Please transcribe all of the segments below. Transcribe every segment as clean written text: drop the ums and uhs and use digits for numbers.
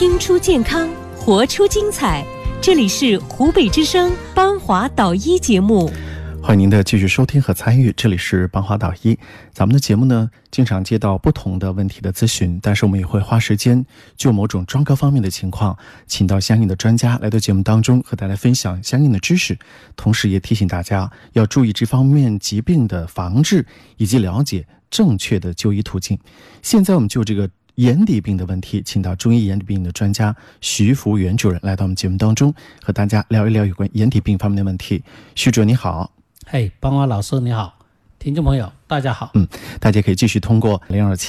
听出健康，活出精彩。这里是湖北之声邦华导医节目， 欢迎您的继续收听和参与。这里是邦华导医，咱们的节目呢，经常接到不同的问题的咨询，但是我们也会花时间就某种专科方面的情况，请到相应的专家来到节目当中和大家分享相应的知识，同时也提醒大家要注意这方面疾病的防治以及了解正确的就医途径。现在我们就这个眼底病的问题，请到中医眼底病的专家徐福元主任来到我们节目当中，和大家聊一聊有关眼底病方面的问题。徐主任你好。 邦华老师你好，听众朋友大家好。 大家可以继续通过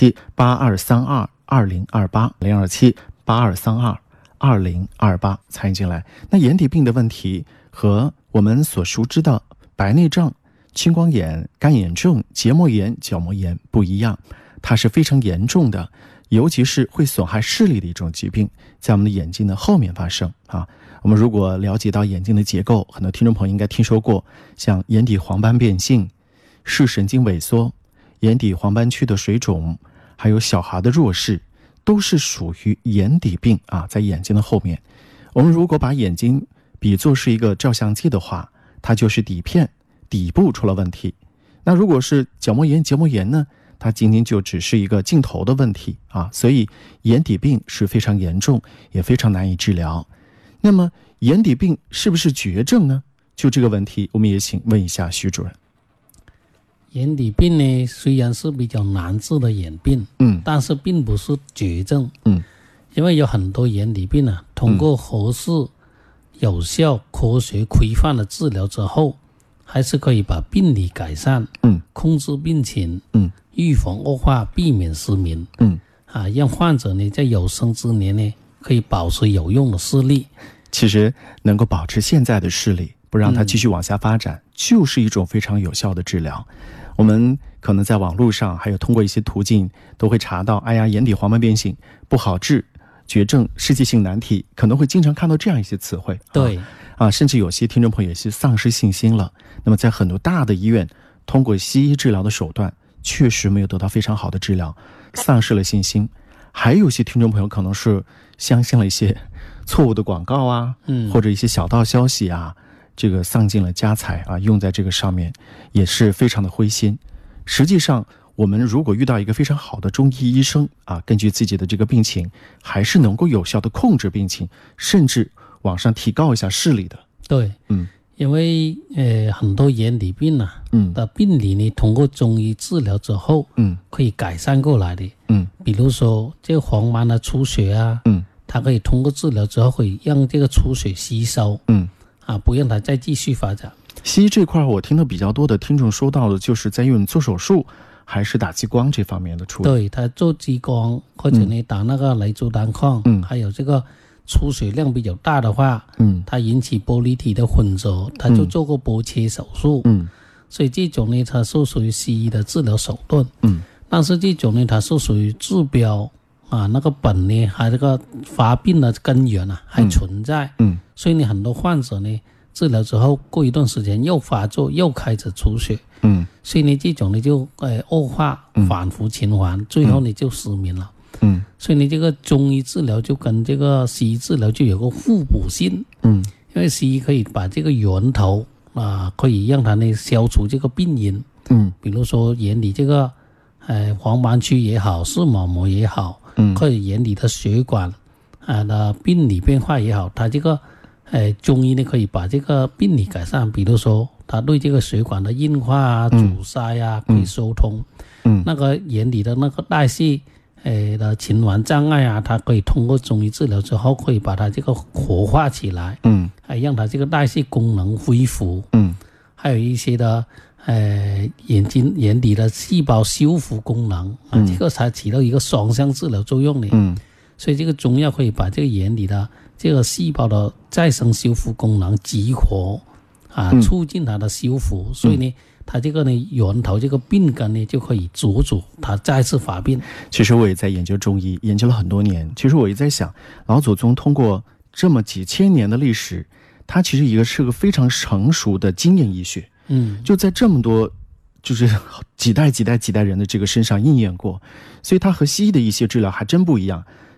027-8232-2028，027-8232-2028参与进来。那眼底病的问题和我们所熟知的白内障、青光眼、干眼症、结膜炎、角膜炎不一样，它是非常严重的，尤其是会损害视力的一种疾病，在我们的眼睛的后面发生啊。我们如果了解到眼睛的结构，很多听众朋友应该听说过，像眼底黄斑变性、视神经萎缩、眼底黄斑区的水肿，还有小孩的弱视，都是属于眼底病啊，在眼睛的后面。我们如果把眼睛比作是一个照相机的话，它就是底片底部出了问题。那如果是角膜炎、结膜炎呢，它仅仅就只是一个镜头的问题啊，所以眼底病是非常严重，也非常难以治疗。那么眼底病是不是绝症呢？就这个问题，我们也请问一下徐主任。 眼底病呢，虽然是比较难治的眼病，但是并不是绝症，因为有很多眼底病啊，通过合适、有效、科学、规范的治疗之后，还是可以把病理改善，控制病情，预防恶化，避免失明，让患者呢在有生之年呢可以保持有用的视力。 其实能够保持现在的视力，不让它继续往下发展，就是一种非常有效的治疗。我们可能在网络上还有通过一些途径都会查到，眼底黄斑变性不好治，绝症，世纪性难题，可能会经常看到这样一些词汇。 对甚至有些听众朋友也是丧失信心了。那么在很多大的医院，通过西医治疗的手段确实没有得到非常好的治疗，丧失了信心。还有些听众朋友可能是相信了一些错误的广告啊，或者一些小道消息啊，这个丧尽了家财啊，用在这个上面也是非常的灰心。实际上我们如果遇到一个非常好的中医医生啊，根据自己的这个病情，还是能够有效的控制病情，甚至往上提高一下视力的。 对，因为很多眼底病的病理呢，通过中医治疗之后，可以改善过来的。比如说这个黄斑的出血啊，它可以通过治疗之后，会让这个出血吸收，不让它再继续发展。 西医这块我听到比较多的听众说到的，就是在用做手术还是打激光这方面的处理。 对，他做激光或者呢打那个雷珠单抗，还有这个出血量比较大的话，它引起玻璃体的混浊，他就做过剥切手术，所以这种呢它是属于西医的治疗手段，但是这种呢它是属于治标那个本呢还这个发病的根源还存在，所以呢很多患者呢治疗之后过一段时间又发作，又开始出血，所以呢这种呢就恶化，反复循环，最后呢就失明了。所以呢这个中医治疗就跟这个西医治疗就有个互补性，因为西医可以把这个源头可以让它呢消除这个病因，比如说眼底这个黄斑区也好，视网膜也好，或者眼底的血管的病理变化也好，它这个中医呢可以把这个病理改善，比如说它对这个血管的硬化阻塞可以疏通，那个眼底的那个代谢的循环障碍它可以通过中医治疗之后，可以把它这个活化起来，让它这个代谢功能恢复，还有一些的眼底的细胞修复功能，这个才起到一个双向治疗作用的。所以这个中药可以把这个眼底的这个细胞的再生修复功能激活促进它的修复，所以呢它这个呢源头这个病根呢就可以阻止它再次发病。 其实我也在研究中医，研究了很多年。其实我也在想，老祖宗通过这么几千年的历史，它其实是个非常成熟的经验医学。就在这么多就是几代人的这个身上应验过，所以它和西医的一些治疗还真不一样。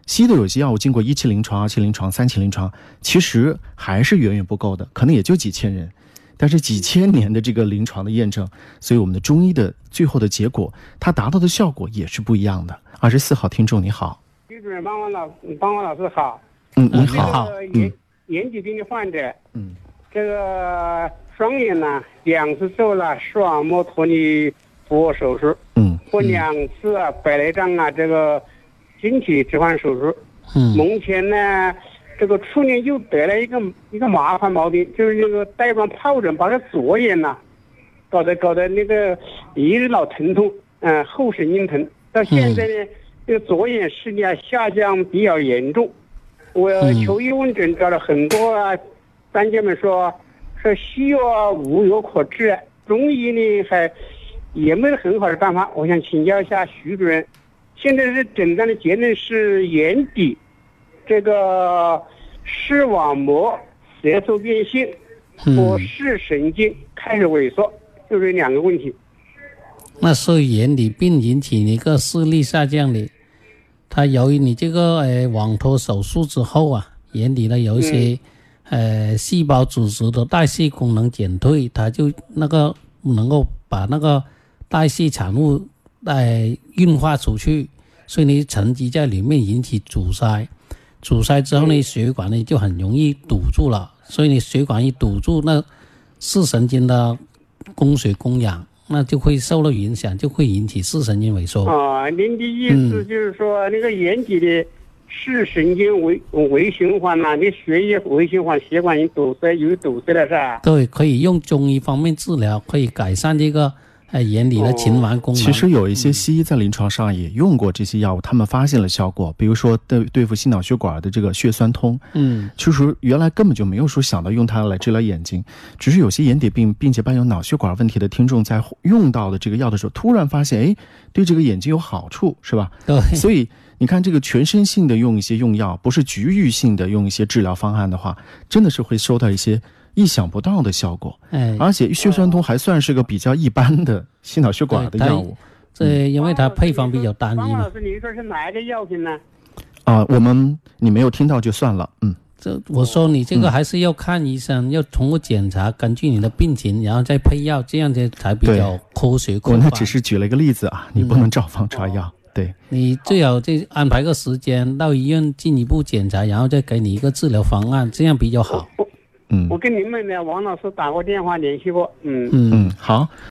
西医的有些药物经过1期临床、2期临床、3期临床，其实还是远远不够的，可能也就几千人，但是几千年的这个临床的验证，所以我们的中医的最后的结果，它达到的效果也是不一样的。24号听众你好。 徐主任，帮我老师好。 你好。 眼底病的患者，这个双眼呢2次做了视网膜脱离俯卧手术，和2次白内障这个晶体置换手术。目前呢，这个去年又得了一个麻烦毛病，就是那个带状疱疹，把这左眼搞得那个一日老疼痛，后神经疼。到现在呢，这个左眼视力下降比较严重。我求医问诊找了很多专家们说西药无药可治，中医呢也没有很好的办法。我想请教一下徐主任，现在是诊断的结论是眼底这个视网膜色素变性和视神经开始萎缩，就这2个问题。 那是眼底病引起你个视力下降的，它由于你这个网脱手术之后眼底呢有一些细胞组织的代谢功能减退，它就那个能够把那个代谢产物运化出去，所以你沉积在里面引起阻塞之后呢，血管呢就很容易堵住了，所以你血管一堵住，那视神经的供血供氧那就会受到影响，就会引起视神经萎缩。 您的意思就是说，那个眼底的视神经微循环你血液微循环血管有堵塞了是吧？ 对，可以用中医方面治疗，可以改善这个眼底的循环功能。 其实有一些西医在临床上也用过这些药物，他们发现了效果，比如说对付心脑血管的这个血栓通，其实原来根本就没有说想到用它来治疗眼睛，只是有些眼底病并且伴有脑血管问题的听众在用到的这个药的时候，突然发现对这个眼睛有好处，是吧？ 对， 所以你看这个全身性的用一些用药，不是局域性的用一些治疗方案的话，真的是会收到一些意想不到的效果。而且血栓通还算是个比较一般的心脑血管的药物。 因为它配方比较单一嘛。 老师，您说是哪一个药品呢？ 你没有听到就算了。 我说你这个还是要看医生，要通过检查，根据你的病情，然后再配药，这样才比较科学可靠。 我那只是举了一个例子你不能照方抓药。对， 你最好安排个时间到医院进一步检查，然后再给你一个治疗方案，这样比较好。 我跟你们的王老师打过电话联系过。 好。